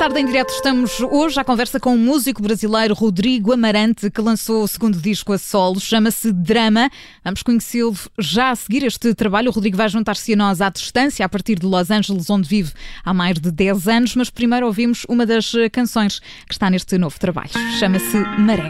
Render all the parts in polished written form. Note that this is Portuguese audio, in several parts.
Tarde em Direto estamos hoje à conversa com o músico brasileiro Rodrigo Amarante, que lançou o segundo disco a solo, chama-se Drama. Vamos conhecê-lo já a seguir este trabalho. O Rodrigo vai juntar-se a nós à distância, a partir de Los Angeles, onde vive há mais de 10 anos, mas primeiro ouvimos uma das canções que está neste novo trabalho. Chama-se Maré.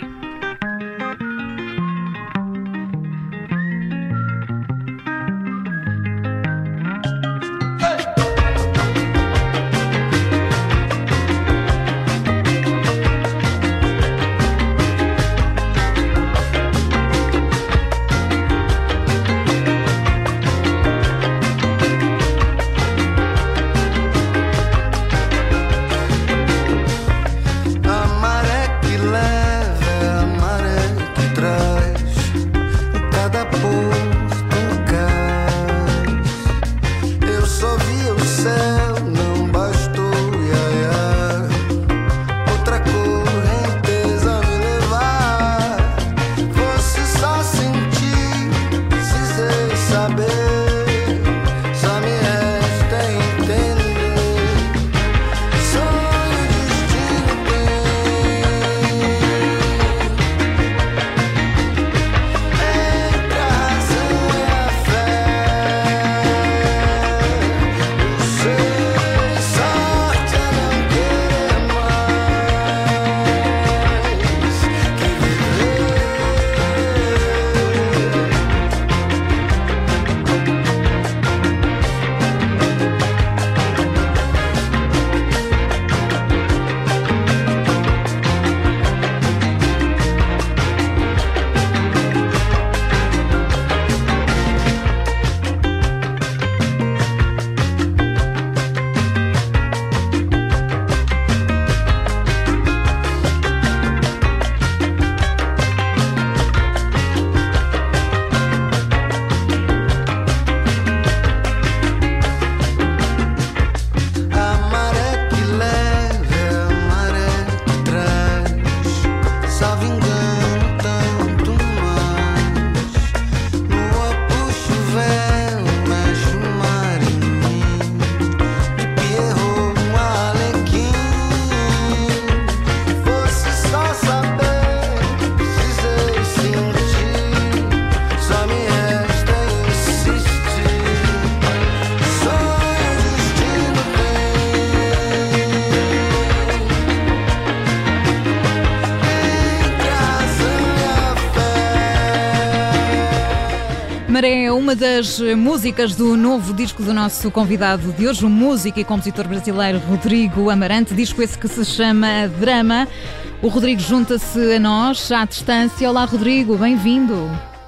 Maré é uma das músicas do novo disco do nosso convidado de hoje, o músico e compositor brasileiro Rodrigo Amarante, disco esse que se chama Drama. O Rodrigo junta-se a nós à distância. Olá, Rodrigo, bem-vindo.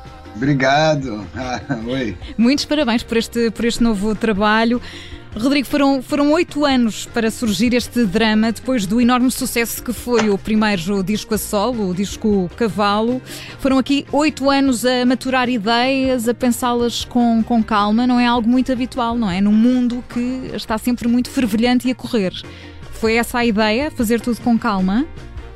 Obrigado. Oi. Muitos parabéns por este novo trabalho. Rodrigo, foram 8 anos para surgir este Drama, depois do enorme sucesso que foi o primeiro disco a solo, o disco Cavalo. Foram aqui 8 anos a maturar ideias, a pensá-las com calma. Não é algo muito habitual, não é? Num mundo que está sempre muito fervilhante e a correr. Foi essa a ideia, fazer tudo com calma?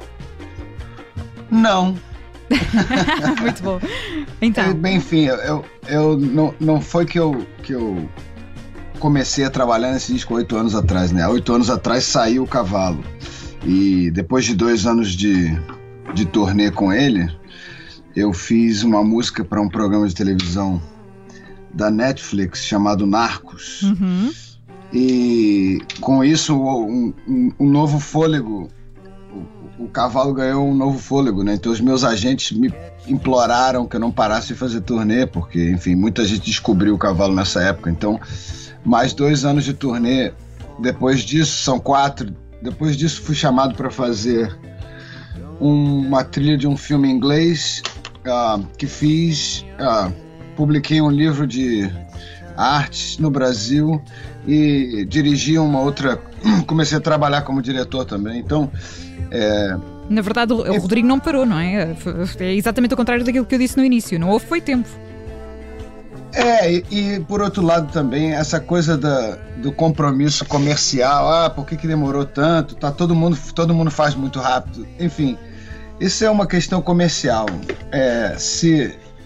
Não. Muito bom. Então. Bem, enfim, não foi que eu comecei a trabalhar nesse disco 8 anos atrás, né? 8 anos atrás saiu o Cavalo. E depois de 2 anos de turnê com ele, eu fiz uma música para um programa de televisão da Netflix chamado Narcos. Uhum. E com isso, um novo fôlego, o Cavalo ganhou um novo fôlego, né? Então os meus agentes me imploraram que eu não parasse de fazer turnê, porque, enfim, muita gente descobriu o Cavalo nessa época. Então, mais 2 anos de turnê. Depois disso, são 4. Depois disso, fui chamado para fazer uma trilha de um filme em inglês que fiz. Publiquei um livro de artes no Brasil e dirigi uma outra. Comecei a trabalhar como diretor também. Então, na verdade, o Rodrigo não parou, não é? É exatamente o contrário daquilo que eu disse no início. Não houve, foi tempo. E por outro lado também, essa coisa do compromisso comercial. Por que demorou tanto? Todo mundo faz muito rápido. Enfim, isso é uma questão comercial.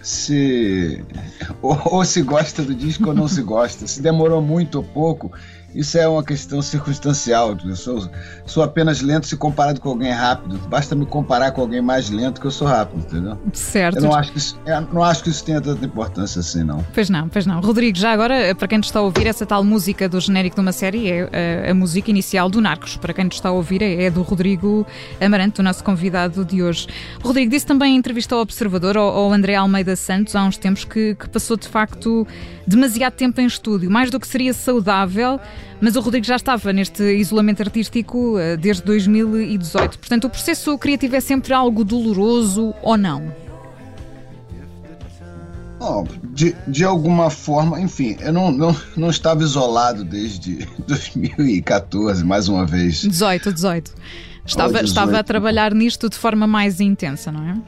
Ou se gosta do disco ou não se gosta. Se demorou muito ou pouco, Isso é uma questão circunstancial. Eu sou apenas lento se comparado com alguém rápido. Basta me comparar com alguém mais lento que eu sou rápido, entendeu? Certo. Eu não acho que isso tenha tanta importância assim, não. Pois não. Rodrigo, já agora, para quem nos está a ouvir, essa tal música do genérico de uma série é a música inicial do Narcos. Para quem nos está a ouvir, é do Rodrigo Amarante, o nosso convidado de hoje. Rodrigo, disse também em entrevista ao Observador, ao André Almeida Santos, há uns tempos, que passou de facto demasiado tempo em estúdio, mais do que seria saudável, mas o Rodrigo já estava neste isolamento artístico desde 2018. Portanto, o processo criativo é sempre algo doloroso ou não? De alguma forma, enfim, eu não estava isolado desde 2014, mais uma vez. 18. Estava a trabalhar nisto de forma mais intensa, não é?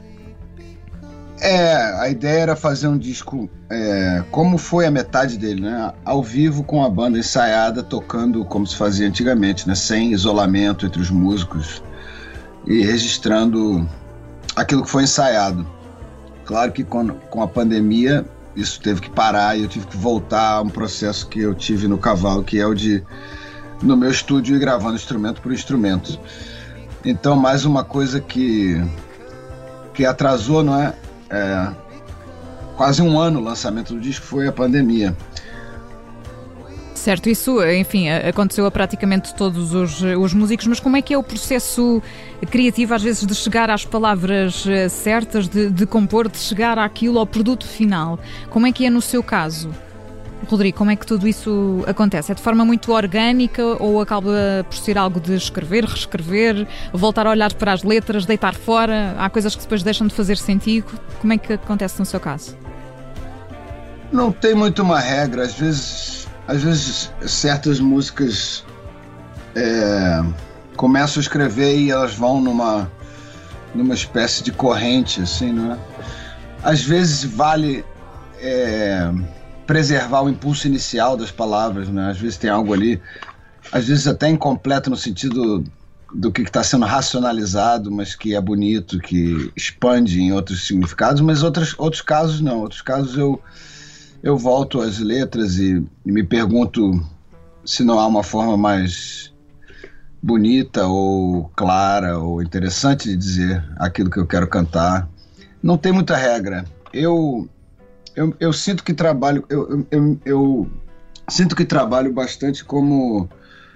A ideia era fazer um disco, como foi a metade dele, né? Ao vivo, com a banda ensaiada, tocando como se fazia antigamente, né? Sem isolamento entre os músicos e registrando aquilo que foi ensaiado. Claro que com a pandemia isso teve que parar e eu tive que voltar a um processo que eu tive no Cavalo, que é o de, no meu estúdio, ir gravando instrumento por instrumento. Então, mais uma coisa que atrasou, não é? Quase um ano o lançamento do disco foi a pandemia. Certo, isso, enfim, aconteceu a praticamente todos os músicos, mas como é que é o processo criativo, às vezes, de chegar às palavras certas, de compor, de chegar àquilo, ao produto final? Como é que é no seu caso? Rodrigo, como é que tudo isso acontece? É de forma muito orgânica ou acaba por ser algo de escrever, reescrever, voltar a olhar para as letras, deitar fora? Há coisas que depois deixam de fazer sentido? Como é que acontece no seu caso? Não tem muito uma regra. Às vezes certas músicas começo a escrever e elas vão numa espécie de corrente, assim, não é? Às vezes vale preservar o impulso inicial das palavras, né? Às vezes tem algo ali, às vezes até incompleto no sentido do que está sendo racionalizado, mas que é bonito, que expande em outros significados, mas outros casos não. Outros casos eu volto às letras e me pergunto se não há uma forma mais bonita ou clara ou interessante de dizer aquilo que eu quero cantar. Não tem muita regra. Eu sinto que trabalho, eu sinto que trabalho bastante como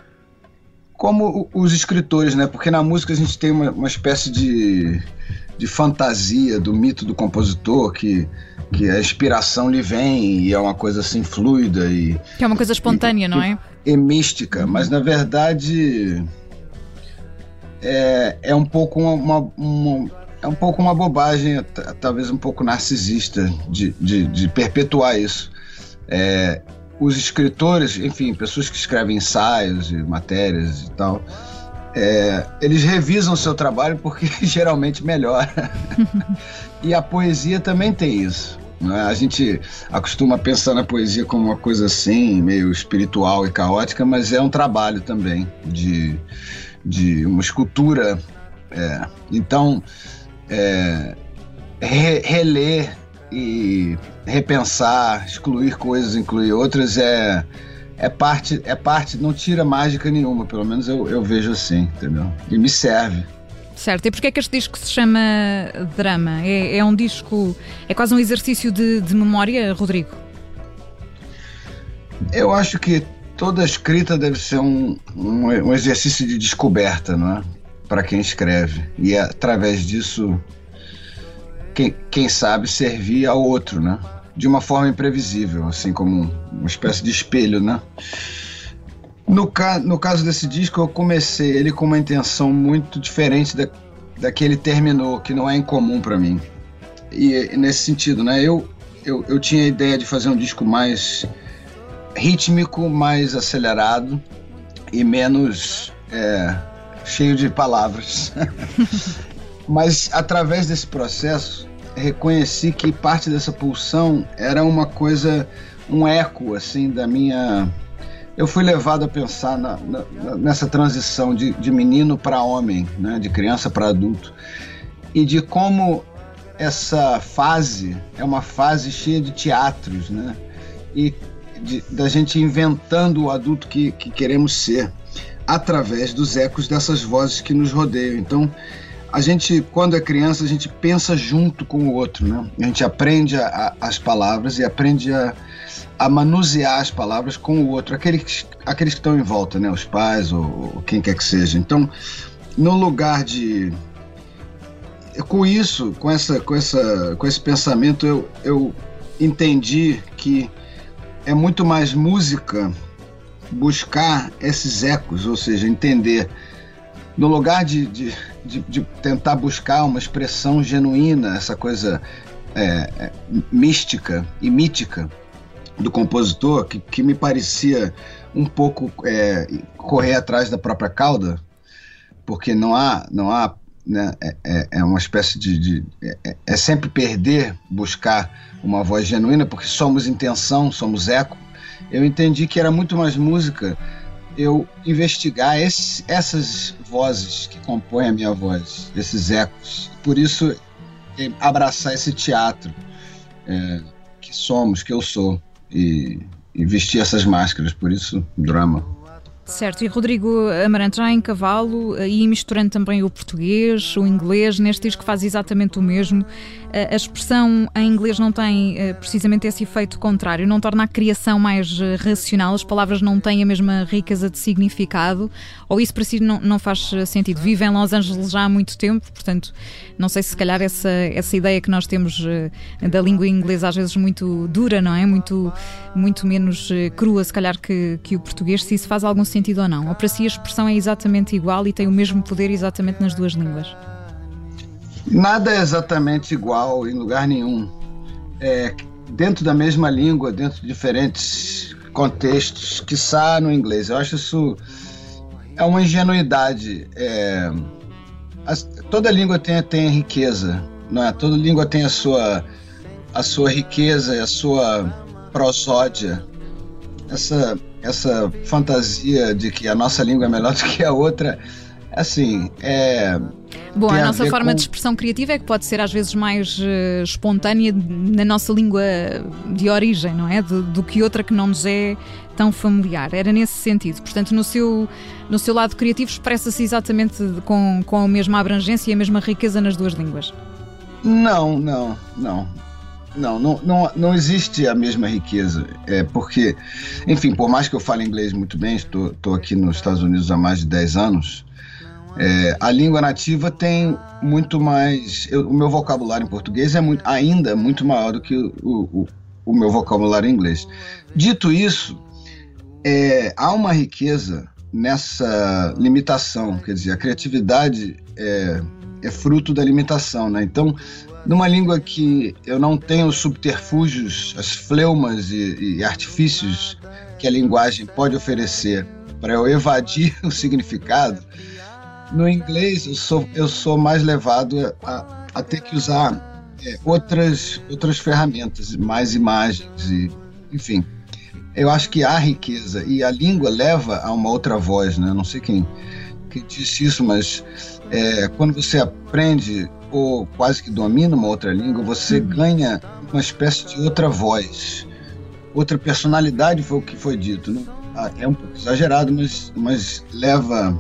os escritores, né? Porque na música a gente tem uma espécie de fantasia do mito do compositor, que a inspiração lhe vem e é uma coisa assim fluida e que é uma coisa espontânea, não é? E mística, mas na verdade é um pouco uma bobagem, talvez um pouco narcisista de perpetuar isso. Os escritores, enfim, pessoas que escrevem ensaios e matérias e tal, eles revisam o seu trabalho porque geralmente melhora. E a poesia também tem isso, não é? A gente acostuma pensar na poesia como uma coisa assim, meio espiritual e caótica, mas é um trabalho também de uma escultura. Então, reler e repensar, excluir coisas, incluir outras, é parte, não tira mágica nenhuma, pelo menos eu vejo assim, entendeu? E me serve. Certo, e porquê é que este disco se chama Drama? É um disco, é quase um exercício de memória, Rodrigo? Eu acho que toda escrita deve ser um exercício de descoberta, não é? Para quem escreve, e através disso, quem sabe servir ao outro, né? De uma forma imprevisível, assim como uma espécie de espelho, né? No caso desse disco, eu comecei ele com uma intenção muito diferente da que ele terminou, que não é incomum para mim. E nesse sentido, né? Eu tinha a ideia de fazer um disco mais rítmico, mais acelerado e menos cheio de palavras. Mas através desse processo reconheci que parte dessa pulsão era uma coisa, um eco assim da minha... Eu fui levado a pensar nessa transição de menino para homem, né? De criança para adulto, e de como essa fase é uma fase cheia de teatros, né? E da gente inventando o adulto que queremos ser, através dos ecos dessas vozes que nos rodeiam. Então, a gente, quando é criança, a gente pensa junto com o outro, né? A gente aprende as palavras e aprende a manusear as palavras com o outro, aqueles que estão em volta, né? Os pais ou quem quer que seja. Então, no lugar de... Com isso, com esse pensamento, eu entendi que é muito mais música buscar esses ecos, ou seja, entender, no lugar de tentar buscar uma expressão genuína, essa coisa mística e mítica do compositor, que me parecia um pouco correr atrás da própria cauda, porque não há né, é uma espécie é sempre perder, buscar uma voz genuína, porque somos intenção, somos eco. Eu entendi que era muito mais música eu investigar essas vozes que compõem a minha voz, esses ecos. Por isso, abraçar esse teatro que somos, que eu sou, e vestir essas máscaras. Por isso, drama. Certo, e Rodrigo Amarante, já em Cavalo, e misturando também o português, o inglês, neste disco faz exatamente o mesmo. A expressão em inglês não tem precisamente esse efeito contrário, não torna a criação mais racional, as palavras não têm a mesma riqueza de significado, ou isso para si não faz sentido? Vive em Los Angeles já há muito tempo, portanto, não sei se calhar essa ideia que nós temos da língua inglesa às vezes muito dura, não é? Muito menos crua, se calhar, que o português, se isso faz algum sentido ou não? Ou para si a expressão é exatamente igual e tem o mesmo poder exatamente nas duas línguas? Nada é exatamente igual em lugar nenhum. Dentro da mesma língua, dentro de diferentes contextos, quiçá no inglês. Eu acho isso é uma ingenuidade. Toda língua tem riqueza, não é? Toda língua tem a sua riqueza e a sua prosódia. Essa fantasia de que a nossa língua é melhor do que a outra, assim, Bom, a nossa forma de expressão criativa é que pode ser às vezes mais espontânea na nossa língua de origem, não é? Do que outra que não nos é tão familiar. Era nesse sentido. Portanto, no seu lado criativo expressa-se exatamente com a mesma abrangência e a mesma riqueza nas duas línguas. Não existe a mesma riqueza, porque, enfim, por mais que eu fale inglês muito bem, estou aqui nos Estados Unidos há mais de 10 anos, a língua nativa tem muito mais... o meu vocabulário em português é ainda muito maior do que o meu vocabulário em inglês. Dito isso, há uma riqueza nessa limitação, quer dizer, a criatividade é fruto da limitação, né? Então, numa língua que eu não tenho os subterfúgios, as fleumas e artifícios que a linguagem pode oferecer para eu evadir o significado, no inglês eu sou mais levado a ter que usar outras ferramentas, mais imagens, enfim. Eu acho que há riqueza e a língua leva a uma outra voz, né? Não sei quem disse isso, mas quando você aprende ou quase que domina uma outra língua, você ganha uma espécie de outra voz, outra personalidade, foi o que foi dito, né? É um pouco exagerado, mas leva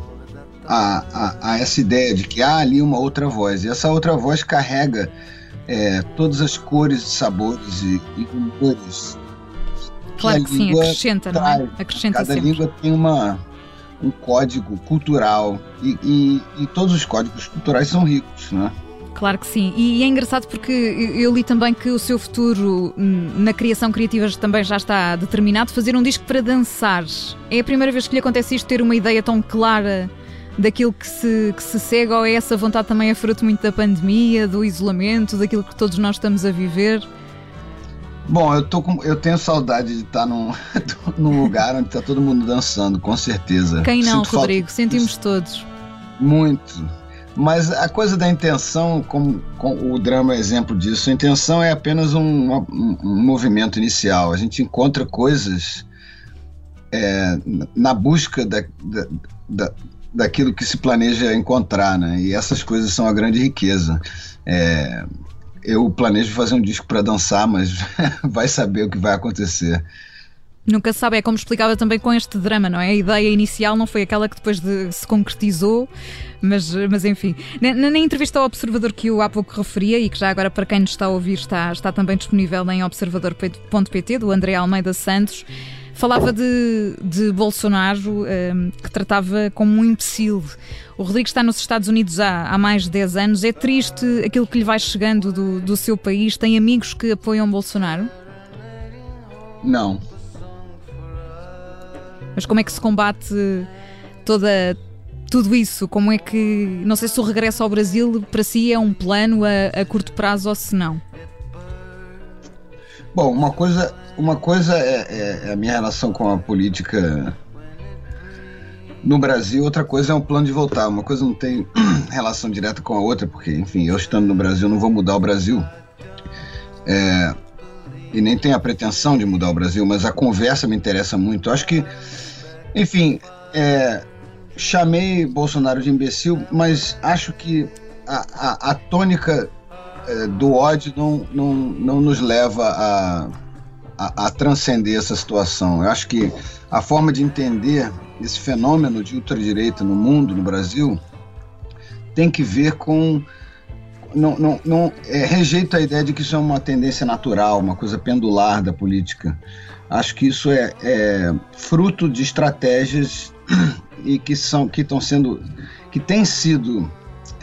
a essa ideia de que há ali uma outra voz, e essa outra voz carrega todas as cores, sabores e humores. Claro que sim, acrescenta, não é? Acrescenta cada sempre. Língua tem um código cultural e todos os códigos culturais são ricos, né? Claro que sim, e é engraçado porque eu li também que o seu futuro na criação criativa também já está determinado, fazer um disco para dançar. É a primeira vez que lhe acontece isto, ter uma ideia tão clara daquilo que se segue, ou é essa vontade também é fruto muito da pandemia, do isolamento, daquilo que todos nós estamos a viver? Bom, eu tenho saudade de estar num lugar onde está todo mundo dançando, com certeza. Quem não, Rodrigo? Sentimos todos. Muito. Mas a coisa da intenção, como o drama é exemplo disso, a intenção é apenas um movimento inicial. A gente encontra coisas na busca daquilo que se planeja encontrar, né? E essas coisas são a grande riqueza. Eu planejo fazer um disco para dançar, mas vai saber o que vai acontecer. Nunca se sabe, é como explicava também com este drama, não é? A ideia inicial não foi aquela que depois se concretizou, mas enfim. Na entrevista ao Observador que eu há pouco referia, e que já agora para quem nos está a ouvir está também disponível em observador.pt, do André Almeida Santos, falava de Bolsonaro, que tratava como um imbecil. O Rodrigo está nos Estados Unidos há mais de 10 anos. É triste aquilo que lhe vai chegando do seu país? Tem amigos que apoiam Bolsonaro? Não. Mas como é que se combate tudo isso? Como é que... Não sei se o regresso ao Brasil para si é um plano a curto prazo ou se não. Bom, uma coisa é a minha relação com a política no Brasil, outra coisa é um plano de voltar. Uma coisa não tem relação direta com a outra, porque, enfim, eu estando no Brasil não vou mudar o Brasil. E nem tenho a pretensão de mudar o Brasil, mas a conversa me interessa muito. Eu acho que, enfim, chamei Bolsonaro de imbecil, mas acho que a tônica do ódio não nos leva a transcender essa situação. Eu acho que a forma de entender esse fenômeno de ultradireita no mundo, no Brasil, tem que ver com... rejeito a ideia de que isso é uma tendência natural, uma coisa pendular da política. Acho que isso é fruto de estratégias e que têm sido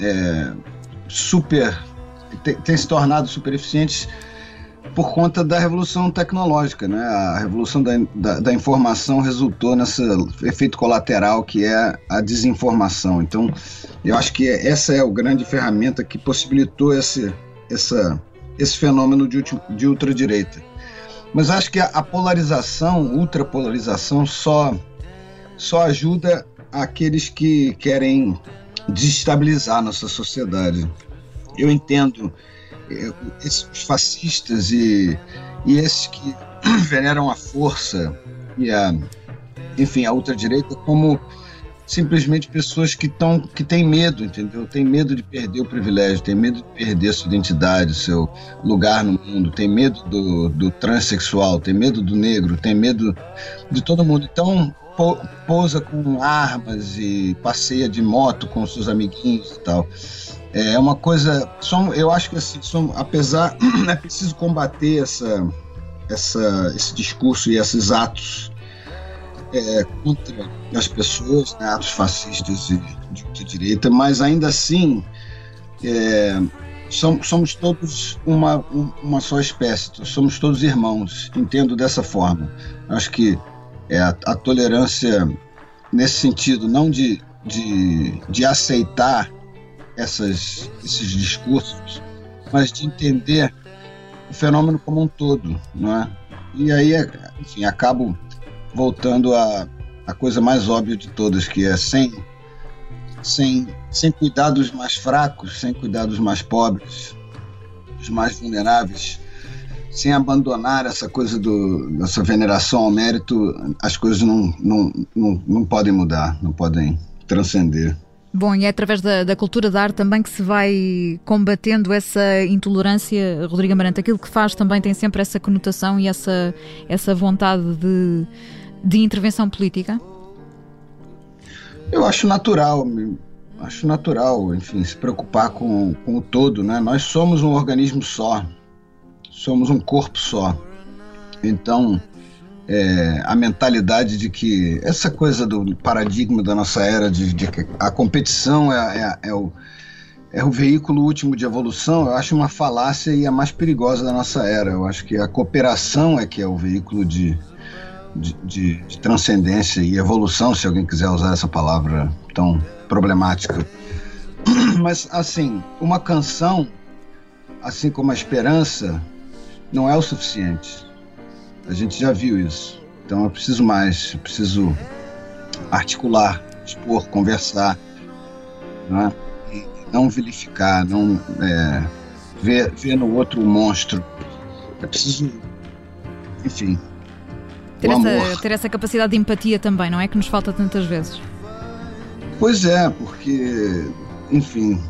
têm se tornado super eficientes por conta da revolução tecnológica, né? A revolução da informação resultou nesse efeito colateral que é a desinformação. Então, eu acho que essa é a grande ferramenta que possibilitou esse fenômeno de ultradireita. Mas acho que a polarização, ultrapolarização, só ajuda aqueles que querem desestabilizar nossa sociedade. Eu entendo esses fascistas e esses que veneram a força e a ultradireita como simplesmente pessoas que têm medo, entendeu? Tem medo de perder o privilégio, tem medo de perder a sua identidade, seu lugar no mundo, tem medo do transexual, tem medo do negro, tem medo de todo mundo. Então pousa com armas e passeia de moto com seus amiguinhos e tal. É uma coisa... eu acho que assim, apesar... é preciso combater esse discurso e esses atos contra as pessoas, né, atos fascistas e de direita, mas ainda assim somos todos uma só espécie, somos todos irmãos, entendo dessa forma. Acho que a tolerância nesse sentido, não de aceitar esses discursos, mas de entender o fenômeno como um todo, não é? E aí, enfim, acabo voltando à coisa mais óbvia de todas, que é sem cuidar dos mais fracos, sem cuidar dos mais pobres, dos mais vulneráveis, sem abandonar essa coisa dessa veneração ao mérito, as coisas não podem mudar, não podem transcender. Bom, e é através da cultura da arte também que se vai combatendo essa intolerância, Rodrigo Amarante. Aquilo que faz também tem sempre essa conotação e essa vontade de intervenção política? Eu acho natural, enfim, se preocupar com o todo, né? Nós somos um organismo só, somos um corpo só. Então, a mentalidade de que essa coisa do paradigma da nossa era de que a competição é o veículo último de evolução, eu acho uma falácia e a mais perigosa da nossa era. Eu acho que a cooperação é que é o veículo de transcendência e evolução, se alguém quiser usar essa palavra tão problemática. Mas, assim, uma canção, assim como a esperança, não é o suficiente. A gente já viu isso. Então eu preciso mais, eu preciso articular, expor, conversar, né? E não vilificar, não ver no outro um monstro. Eu preciso, enfim, ter essa capacidade de empatia também, não é? Que nos falta tantas vezes. Pois é, porque, enfim,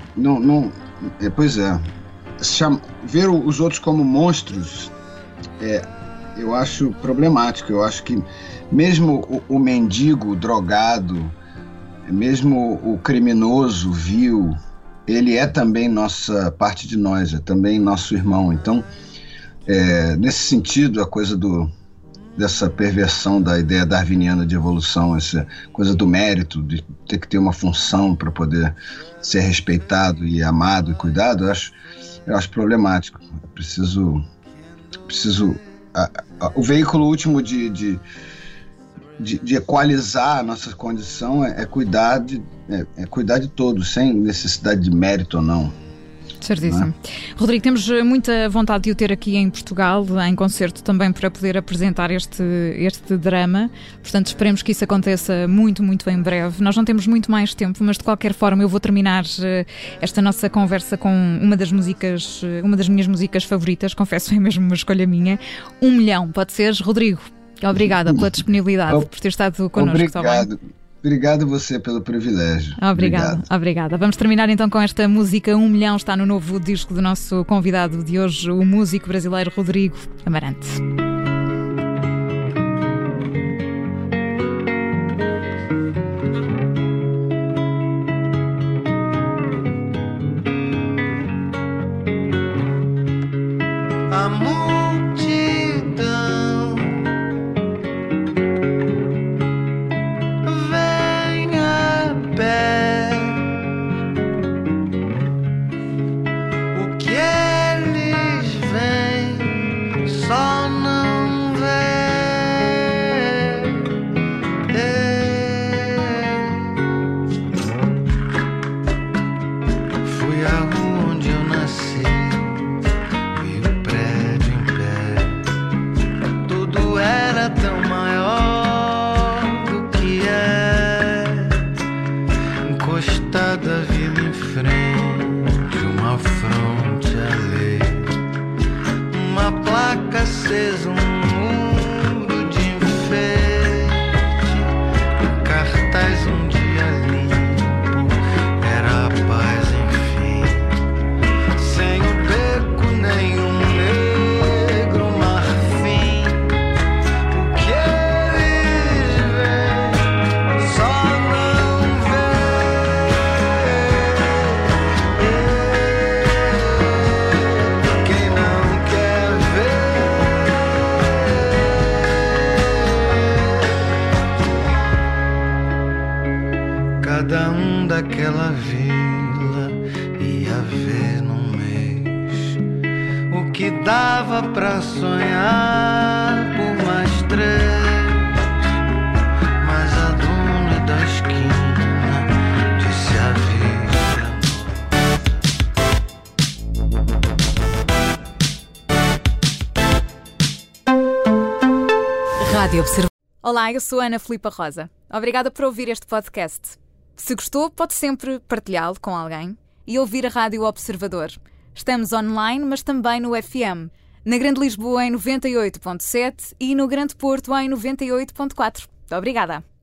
pois é. Ver os outros como monstros eu acho problemático. Eu acho que mesmo o mendigo, o drogado, mesmo o criminoso vil, ele é também parte de nós, é também nosso irmão. Então, nesse sentido, a coisa dessa perversão da ideia darwiniana de evolução, essa coisa do mérito, de ter que ter uma função para poder ser respeitado e amado e cuidado, eu acho problemático. Eu preciso o veículo último de equalizar a nossa condição é cuidar de todos, sem necessidade de mérito ou não. Certíssimo. Rodrigo, temos muita vontade de o ter aqui em Portugal, em concerto também, para poder apresentar este drama. Portanto, esperemos que isso aconteça muito, muito em breve. Nós não temos muito mais tempo, mas de qualquer forma eu vou terminar esta nossa conversa com uma das minhas músicas favoritas. Confesso, é mesmo uma escolha minha. 1 Milhão, pode ser? Rodrigo, obrigada pela disponibilidade, por ter estado connosco. Obrigado. Obrigado a você pelo privilégio. Obrigada. Vamos terminar então com esta música. 1 Milhão está no novo disco do nosso convidado de hoje, o músico brasileiro Rodrigo Amarante. A multidão vem a pé. O que eles veem só não vê. Fui a rua onde eu nasci. Tão maior do que é, encostada a vila em frente, uma fronte alheia, uma placa acesa, muro de enfeite, um cartaz dia limpo, era a paz enfim, sem o beco nenhum. Cada daquela vila ia ver num mês o que dava pra sonhar por mais 3. Mas a dona da esquina disse Rádio Observador. Olá, eu sou Ana Filipa Rosa. Obrigada por ouvir este podcast. Se gostou, pode sempre partilhá-lo com alguém e ouvir a Rádio Observador. Estamos online, mas também no FM. Na Grande Lisboa em 98.7 e no Grande Porto em 98.4. Obrigada.